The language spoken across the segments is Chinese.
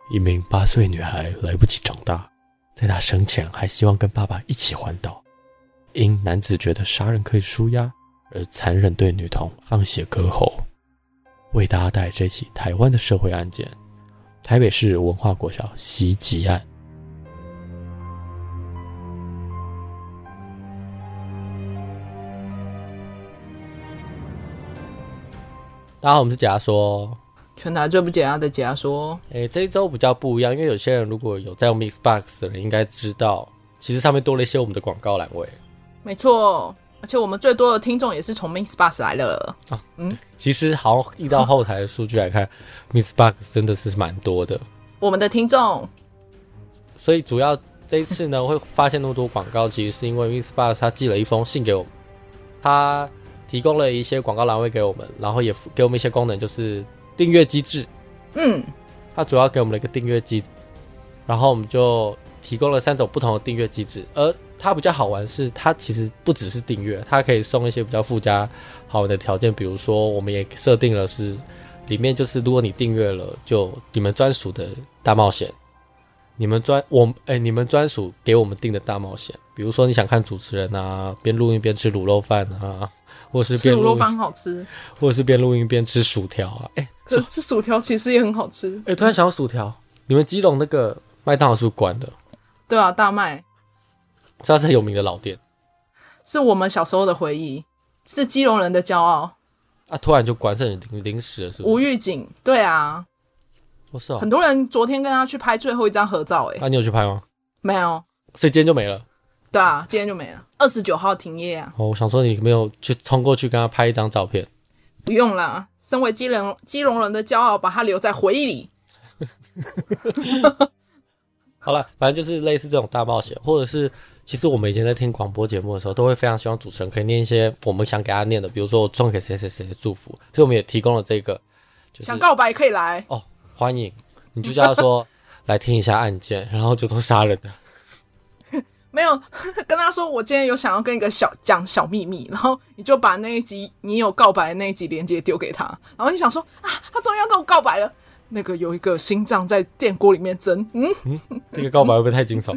一名8岁女孩来不及长大，在她生前还希望跟爸爸一起环岛，因男子觉得杀人可以抒压，而残忍对女童放血割喉。为大家带来这起台湾的社会案件——台北市文化国小袭击案。大家好，我们是解压说， 全台最不解压的解压说。 这一周比较不一样，因为有些人如果有在用 Mixbox 的人应该知道，其实上面多了一些我们的广告栏位。 没错，而且我们最多的听众也是从 Mixbox 来的其实好像依照后台的数据来看，Mixbox 真的是蛮多的。 我们的听众， 所以主要这一次呢，会发现那么多广告，其实是因为 Mixbox 他寄了一封信给我们，他提供了一些广告栏位给我们，然后也给我们一些功能，就是订阅机制。它主要给我们了一个订阅机制，然后我们就提供了3种不同的订阅机制。而它比较好玩是，它其实不只是订阅，它可以送一些比较附加好玩的条件，比如说我们也设定了是里面就是如果你订阅了，就你们专属的大冒险，你们专属给我们订的大冒险，比如说你想看主持人啊，边录音边吃卤肉饭啊。或是边吃卤肉饭好吃， 或者是边录音边吃薯条啊！ 可是吃薯条其实也很好吃。 突然想到薯条，你们基隆那个麦当劳是不是关的？对啊，大麦， 它是很有名的老店， 是我们小时候的回忆，是基隆人的骄傲。 突然就关，是很临时了，是不是？ 无预警，对啊。 是哦， 很多人昨天跟他去拍最后一张合照， 你有去拍吗？ 没有， 所以今天就没了。 对啊，今天就没了。29号停业啊。 我想说你没有去冲过去跟他拍一张照片。 不用啦，身为基隆人的骄傲，把它留在回忆里。 好了，反正就是类似这种大冒险，或者是其实我们以前在听广播节目的时候，都会非常希望主持人可以念一些我们想给他念的，比如说我送给谁谁谁的祝福，所以我们也提供了这个，就是想告白可以来哦，欢迎，你就叫他说来听一下案件，然后就都杀人的。 没有跟他说我今天有想要跟一个讲小秘密，然后你就把那一集你有告白的那一集连结丢给他，然后你想说他终于要跟我告白了，那个有一个心脏在电锅里面蒸。 这个告白会不会太惊悚？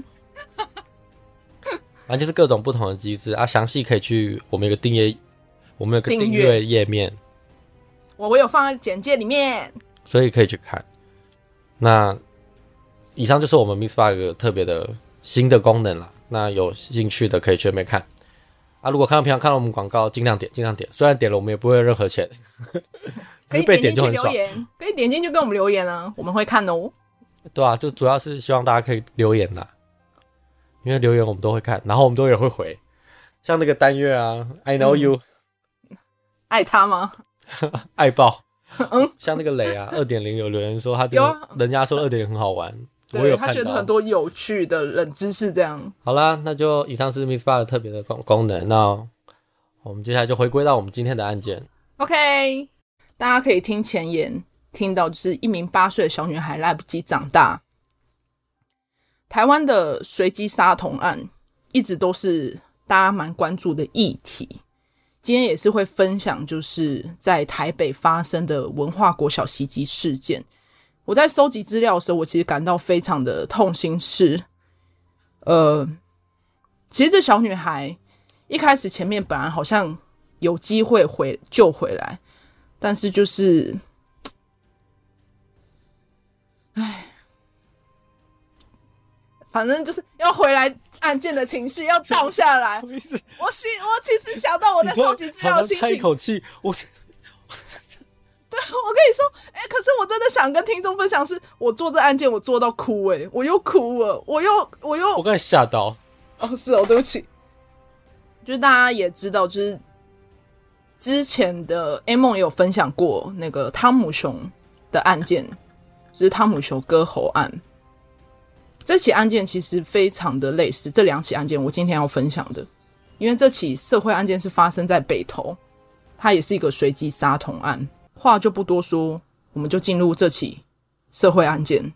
反正就是各种不同的机制详细可以去我们有个订阅页面， 我有放在简介里面， 所以可以去看。那以上就是我们 Mixbox 特别的新的功能啦，那有兴趣的可以去那边看如果看到我们广告，尽量点，虽然点了我们也不会有任何钱，只是被点就很爽。 可以点进去跟我们留言啊，我们会看哦。 对啊，就主要是希望大家可以留言啦，因为留言我们都会看，然后我们都也会回。像那个单月I know you， 爱他吗？ 爱爆。像那个雷2.0有留言说他真的人家说2.0很好玩。 对，他觉得很多有趣的冷知识这样。 好啦，那就以上是 Mixbox 特别的功能，那我们接下来就回归到我们今天的案件。 OK， 大家可以听前言听到就是一名8岁的小女孩来不及长大。台湾的随机杀童案一直都是大家蛮关注的议题，今天也是会分享就是在台北发生的文化国小袭击事件。我在收集资料的时候，我其实感到非常的痛心是其实这小女孩一开始前面本来好像有机会救回来，但是就是反正就是要回来，案件的情绪要倒下来。什么意思？我其实想到我在收集资料的心情， 一口气对，我跟你说可是我真的想跟听众分享是我做这案件我做到哭我又哭了，我刚才吓到是对不起。就是大家也知道，就是之前的 A 梦也有分享过那个汤姆熊的案件，就是汤姆熊割喉案。这起案件其实非常的类似这2起案件我今天要分享的，因为这起社会案件是发生在北投，它也是一个随机杀童案。话就不多说，我们就进入这起社会案件。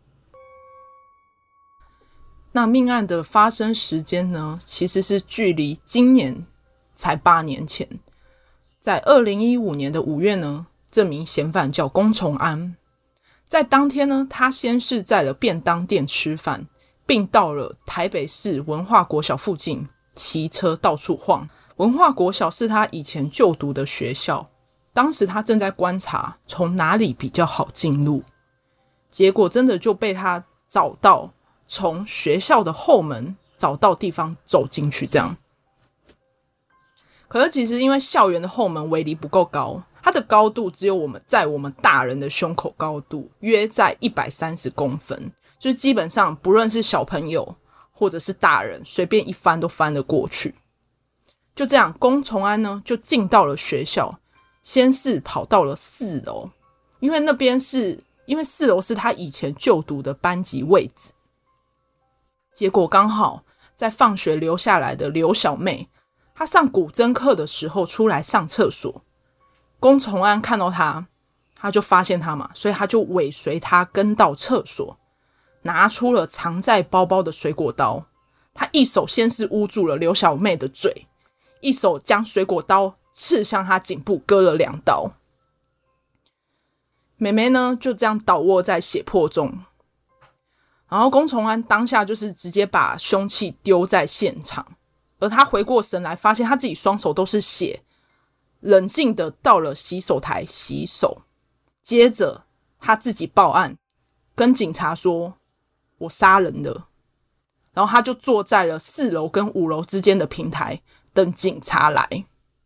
那命案的发生时间呢，其实是距离今年才8年前，在2015年的5月呢，这名嫌犯叫龚崇安， 在当天呢，他先是在了便当店吃饭，并到了台北市文化国小附近骑车到处晃。文化国小是他以前就读的学校，当时他正在观察从哪里比较好进入，结果真的就被他找到从学校的后门找到地方走进去这样。可是其实因为校园的后门围篱不够高，它的高度只有我们大人的胸口高度，约在130公分，就是基本上不论是小朋友或者是大人随便一翻都翻得过去。就这样，龚崇安呢就进到了学校，先是跑到了4楼，因为4楼是他以前就读的班级位置。结果刚好在放学留下来的刘小妹，她上古筝课的时候出来上厕所，龚崇安看到她，他就发现她嘛，所以他就尾随她跟到厕所，拿出了藏在包包的水果刀。他一手先是捂住了刘小妹的嘴，一手将水果刀刺向她颈部，割了2刀。妹妹呢就这样倒卧在血泊中，然后龚崇安当下就是直接把凶器丢在现场，而他回过神来发现他自己双手都是血，冷静的到了洗手台洗手，接着他自己报案，跟警察说我杀人了，然后他就坐在了4楼跟5楼之间的平台等警察来。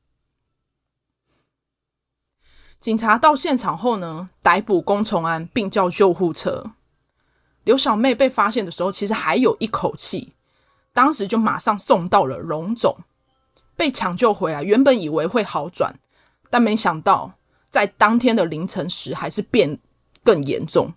警察到现场后呢，逮捕龚崇安并叫救护车。刘小妹被发现的时候其实还有一口气，当时就马上送到了荣总，被抢救回来，原本以为会好转，但没想到在当天的凌晨时还是变更严重。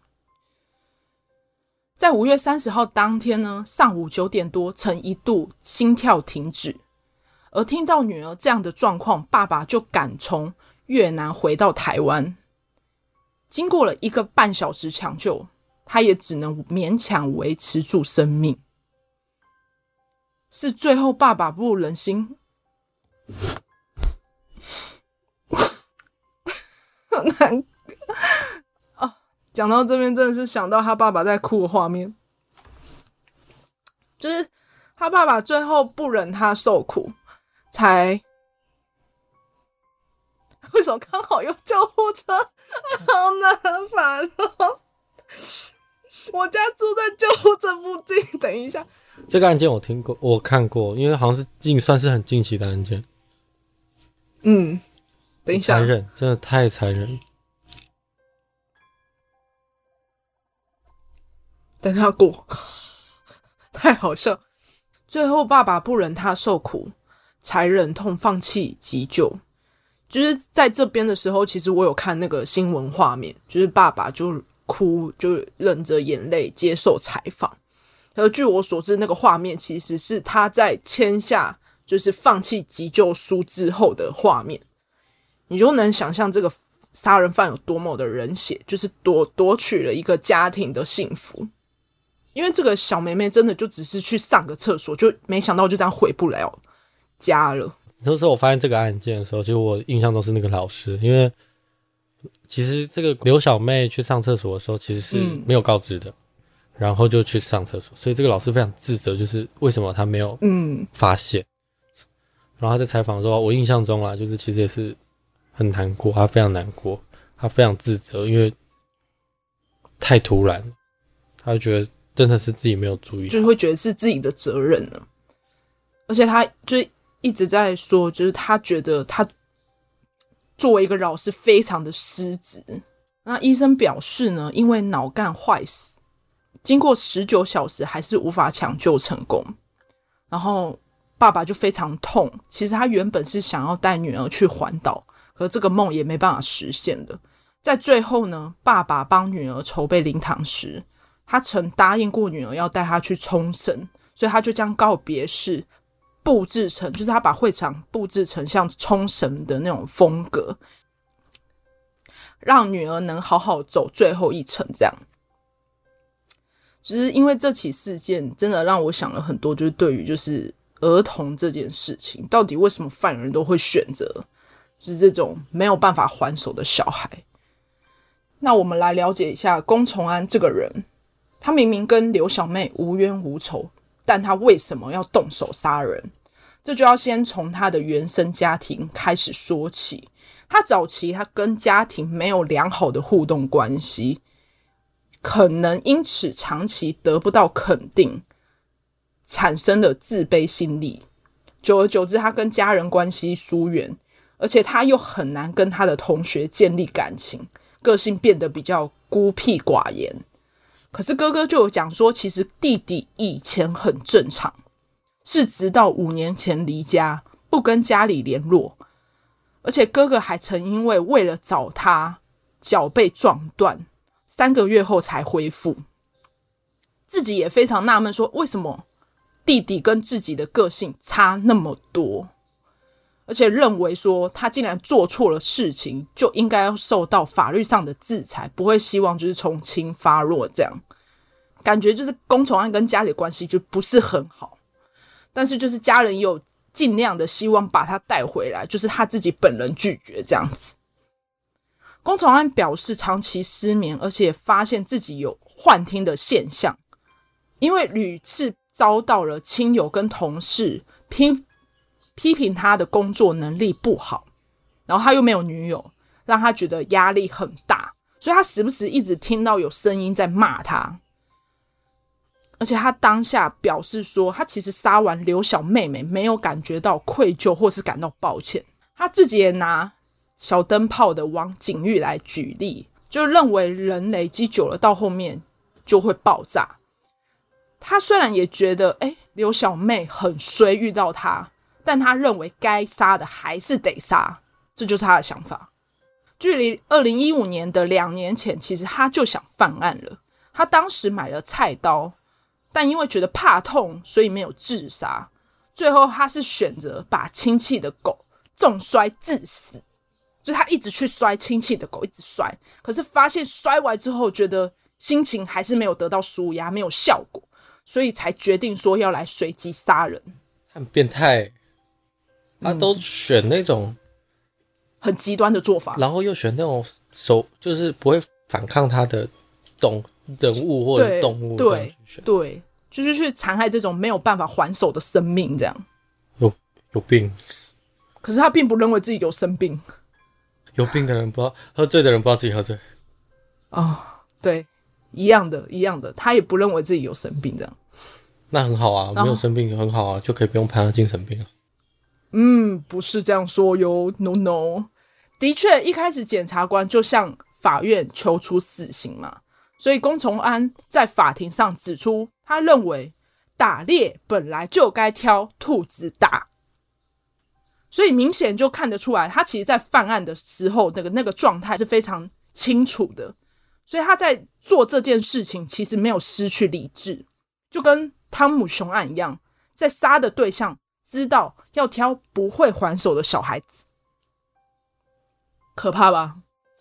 在5月30号当天呢，上午9点多曾一度心跳停止，而听到女儿这样的状况，爸爸就赶从越南回到台湾。经过了1个半小时抢救，他也只能勉强维持住生命。是最后爸爸不忍心很难哦，讲到这边真的是想到他爸爸在哭的画面，就是他爸爸最后不忍他受苦，才为什么刚好有救护车，好难烦哦。我家住在救护车附近，等一下。 这个案件我听过，我看过，因为好像是算是很近期的案件。 等一下， 残忍，真的太残忍。 等他过，太好笑。最后爸爸不忍他受苦，才忍痛放弃急救。就是在这边的时候，其实我有看那个新闻画面，就是爸爸就哭，就忍着眼泪接受采访。而据我所知，那个画面其实是他在签下就是放弃急救书之后的画面，你就能想象这个杀人犯有多么的冷血，就是夺取了一个家庭的幸福。因为这个小妹妹真的就只是去上个厕所，就没想到就这样回不了家了。 那时候我发现这个案件的时候，其实我印象中是那个老师，因为其实这个刘小妹去上厕所的时候其实是没有告知的，然后就去上厕所，所以这个老师非常自责，就是为什么他没有发现。然后他在采访的时候，我印象中啦，就是其实也是很难过，他非常难过，他非常自责，因为太突然，他就觉得真的是自己没有注意， 就是会觉得是自己的责任了。而且他就是一直在说，就是他觉得他作为一个老师非常的失职。那医生表示呢，因为脑干坏死，经过19小时还是无法抢救成功。然后爸爸就非常痛，其实他原本是想要带女儿去环岛，可是这个梦也没办法实现的。在最后呢，爸爸帮女儿筹备灵堂时，他曾答应过女儿要带她去冲绳，所以他就将告别式布置成，就是他把会场布置成像冲绳的那种风格，让女儿能好好走最后一程这样。只是因为这起事件真的让我想了很多，就是对于就是儿童这件事情，到底为什么犯人都会选择就是这种没有办法还手的小孩。 那我们来了解一下宫崇安这个人，他明明跟刘小妹无冤无仇，但他为什么要动手杀人？这就要先从他的原生家庭开始说起。他早期他跟家庭没有良好的互动关系，可能因此长期得不到肯定，产生了自卑心理。久而久之，他跟家人关系疏远，而且他又很难跟他的同学建立感情，个性变得比较孤僻寡言。可是哥哥就有讲说，其实弟弟以前很正常，是直到5年前离家，不跟家里联络，而且哥哥还曾因为了找他，脚被撞断，3个月后才恢复。自己也非常纳闷说，为什么弟弟跟自己的个性差那么多，而且认为说他既然做错了事情，就应该要受到法律上的制裁，不会希望就是从轻发落这样。感觉就是宫崇安跟家里的关系就不是很好，但是就是家人也有尽量的希望把他带回来，就是他自己本人拒绝这样子。宫崇安表示长期失眠，而且发现自己有幻听的现象，因为屡次遭到了亲友跟同事批评他的工作能力不好，然后他又没有女友，让他觉得压力很大，所以他时不时一直听到有声音在骂他。而且他当下表示说，他其实杀完刘小妹妹没有感觉到愧疚或是感到抱歉。他自己也拿小灯泡的王景玉来举例，就认为人累积久了到后面就会爆炸。他虽然也觉得刘小妹很衰遇到他，但他认为该杀的还是得杀，这就是他的想法。距离2015年的2年前，其实他就想犯案了。他当时买了菜刀，但因为觉得怕痛，所以没有自杀。最后他是选择把亲戚的狗重摔致死，就是他一直去摔亲戚的狗，一直摔，可是发现摔完之后觉得心情还是没有得到抒压，没有效果，所以才决定说要来随机杀人。 很变态，他都选那种很极端的做法， 然后又选那种就是不会反抗他的人物或者是动物， 对，就是去残害这种没有办法还手的生命，这样有病。 可是他并不认为自己有生病， 有病的人不知道，喝醉的人不知道自己喝醉。 对，一样的，他也不认为自己有生病，这样那很好啊，没有生病很好啊，就可以不用判他精神病啊。 不是这样说哟 ，no。的确，一开始检察官就向法院求处死刑嘛，所以宫崇安在法庭上指出，他认为打猎本来就该挑兔子打，所以明显就看得出来，他其实在犯案的时候那个状态是非常清楚的，所以他在做这件事情其实没有失去理智，就跟汤姆熊案一样，在杀的对象知道要挑不会还手的小孩子，可怕吧？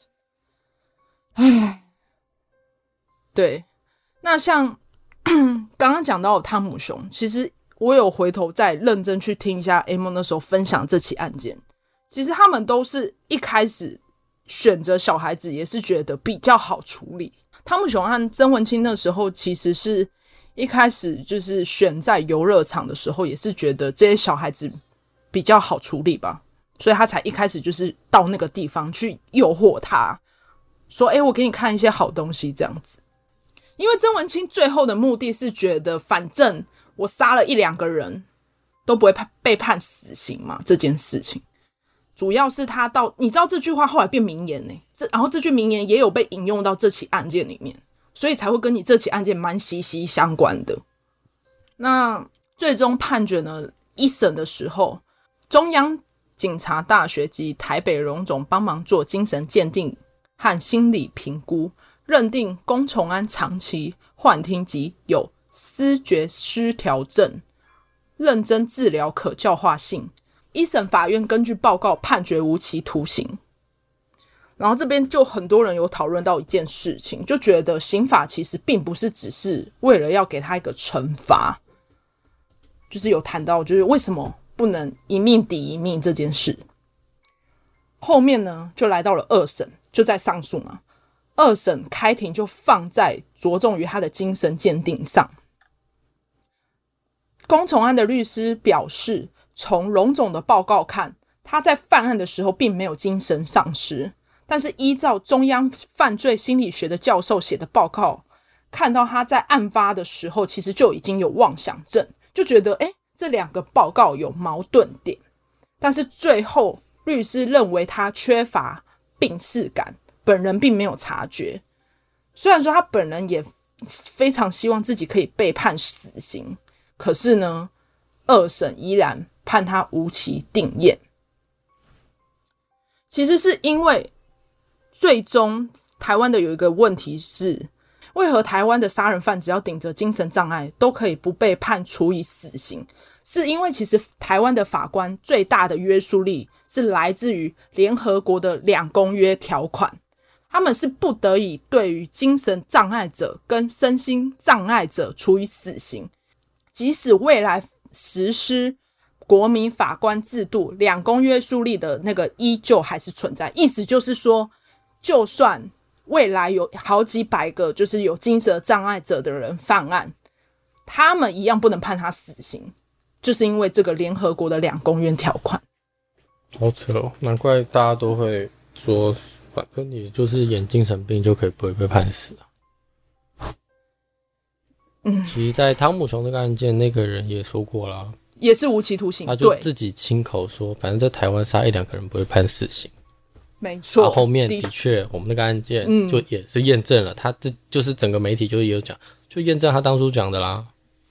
对，那像刚刚讲到的汤姆熊，其实我有回头再认真去听一下 A 梦那时候分享这起案件，其实他们都是一开始选择小孩子也是觉得比较好处理。汤姆熊和曾文清那时候其实是一开始就是选在游乐场的时候，也是觉得这些小孩子比较好处理吧，所以他才一开始就是到那个地方去诱惑他，说我给你看一些好东西这样子。因为曾文清最后的目的是觉得反正我杀了1-2个人都不会被判死刑嘛，这件事情主要是他你知道这句话后来变名言然后这句名言也有被引用到这起案件里面，所以才会跟你这起案件蛮息息相关的。那最终判决呢，一审的时候，中央警察大学及台北荣总帮忙做精神鉴定和心理评估，认定宫崇安长期幻听及有思觉失调症，认真治疗可教化性。一审法院根据报告判决无期徒刑。然后这边就很多人有讨论到一件事情，就觉得刑法其实并不是只是为了要给他一个惩罚，就是有谈到就是为什么不能一命抵一命这件事。后面呢就来到了2审，就在上诉嘛。 二审开庭就放在着重于他的精神鉴定上。龚崇安的律师表示，从荣总的报告看，他在犯案的时候并没有精神丧失，但是依照中央犯罪心理学的教授写的报告，看到他在案发的时候其实就已经有妄想症，就觉得这两个报告有矛盾点。但是最后律师认为他缺乏病识感，本人并没有察觉。虽然说他本人也非常希望自己可以被判死刑，可是呢，二审依然判他无期定谳。其实是因为最终台湾的有一个问题是，为何台湾的杀人犯只要顶着精神障碍都可以不被判处以死刑？是因为其实台湾的法官最大的约束力是来自于联合国的2公约条款，他们是不得已对于精神障碍者跟身心障碍者处以死刑。即使未来实施国民法官制度，2公约束力的那个依旧还是存在。意思就是说，就算未来有好几百个就是有精神障碍者的人犯案，他们一样不能判他死刑，就是因为这个联合国的2公约条款。 好扯哦，难怪大家都会说，反正你就是演精神病就可以不会被判死啊。其实在汤姆熊这个案件，那个人也说过啦， 也是无期徒刑， 他就自己亲口说，反正在台湾杀1-2个人不会判死刑。 没错， 后面的确我们那个案件就也是验证了，他这就是整个媒体就也有讲，就验证他当初讲的啦。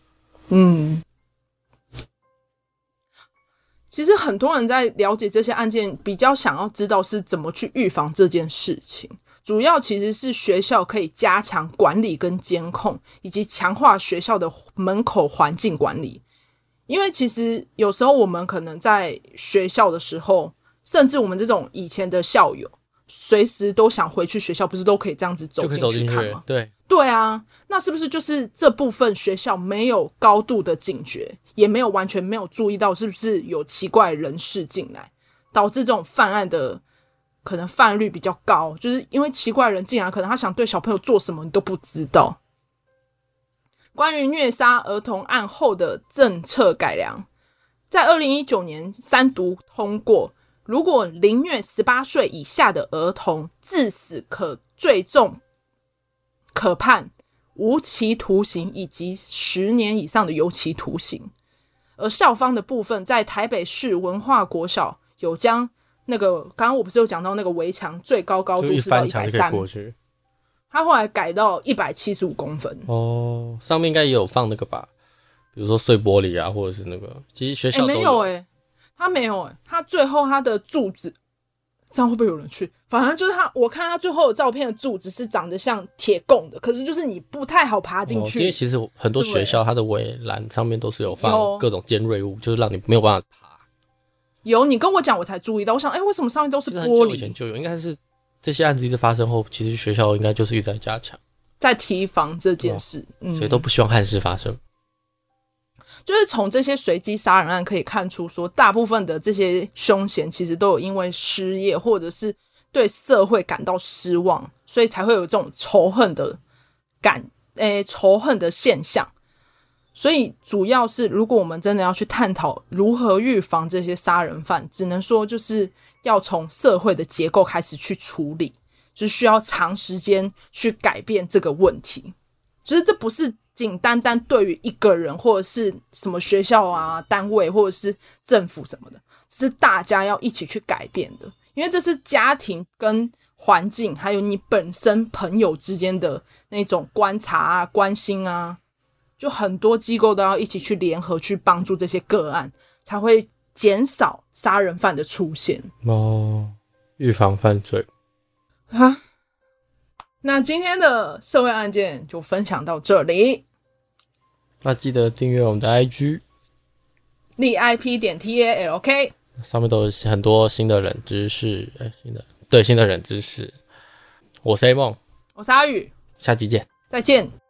其实很多人在了解这些案件，比较想要知道是怎么去预防这件事情。主要其实是学校可以加强管理跟监控，以及强化学校的门口环境管理。因为其实有时候我们可能在学校的时候，甚至我们这种以前的校友，随时都想回去学校，不是都可以这样子走进去看吗？对啊，那是不是就是这部分学校没有高度的警觉，也没有完全没有注意到是不是有奇怪人士进来，导致这种犯案的可能犯案率比较高，就是因为奇怪人进来，可能他想对小朋友做什么你都不知道。关于虐杀儿童案后的政策改良，在2019年3读通过，如果凌虐18岁以下的儿童，致死最重可判无期徒刑以及10年以上的有期徒刑。而校方的部分，在台北市文化国小有将那个刚刚我不是有讲到那个围墙最高高度是到130，他后来改到175公分。 哦，上面应该也有放那个吧，比如说碎玻璃啊，或者是那个，其实学校都有。 没有他没有他最后他的柱子，这样会不会有人去？反正就是我看他最后的照片的柱子是长得像铁供的，可是就是你不太好爬进去。 因为其实很多学校它的围栏上面都是有放各种尖锐物，就是让你没有办法爬。 有，你跟我讲我才注意到，我想为什么上面都是玻璃？ 很久以前就有，应该是这些案子一直发生后，其实学校应该就是一直在加强， 在提防这件事， 所以都不希望憾事发生。 就是从这些随机杀人案可以看出说，大部分的这些凶嫌其实都有因为失业或者是对社会感到失望，所以才会有这种仇恨的仇恨的现象。所以主要是如果我们真的要去探讨如何预防这些杀人犯，只能说就是要从社会的结构开始去处理，就是需要长时间去改变这个问题。就是这不是仅单单对于一个人或者是什么学校啊单位或者是政府什么的，是大家要一起去改变的。因为这是家庭跟环境还有你本身朋友之间的那种观察啊关心啊，就很多机构都要一起去联合去帮助这些个案，才会减少杀人犯的出现。 预防犯罪那今天的社会案件就分享到这里。 那记得订阅我们的 IG LIP.TALK， 上面都有很多新的冷知识，新的冷知识。我是 A 梦， 我是阿宇， 下集见， 再见。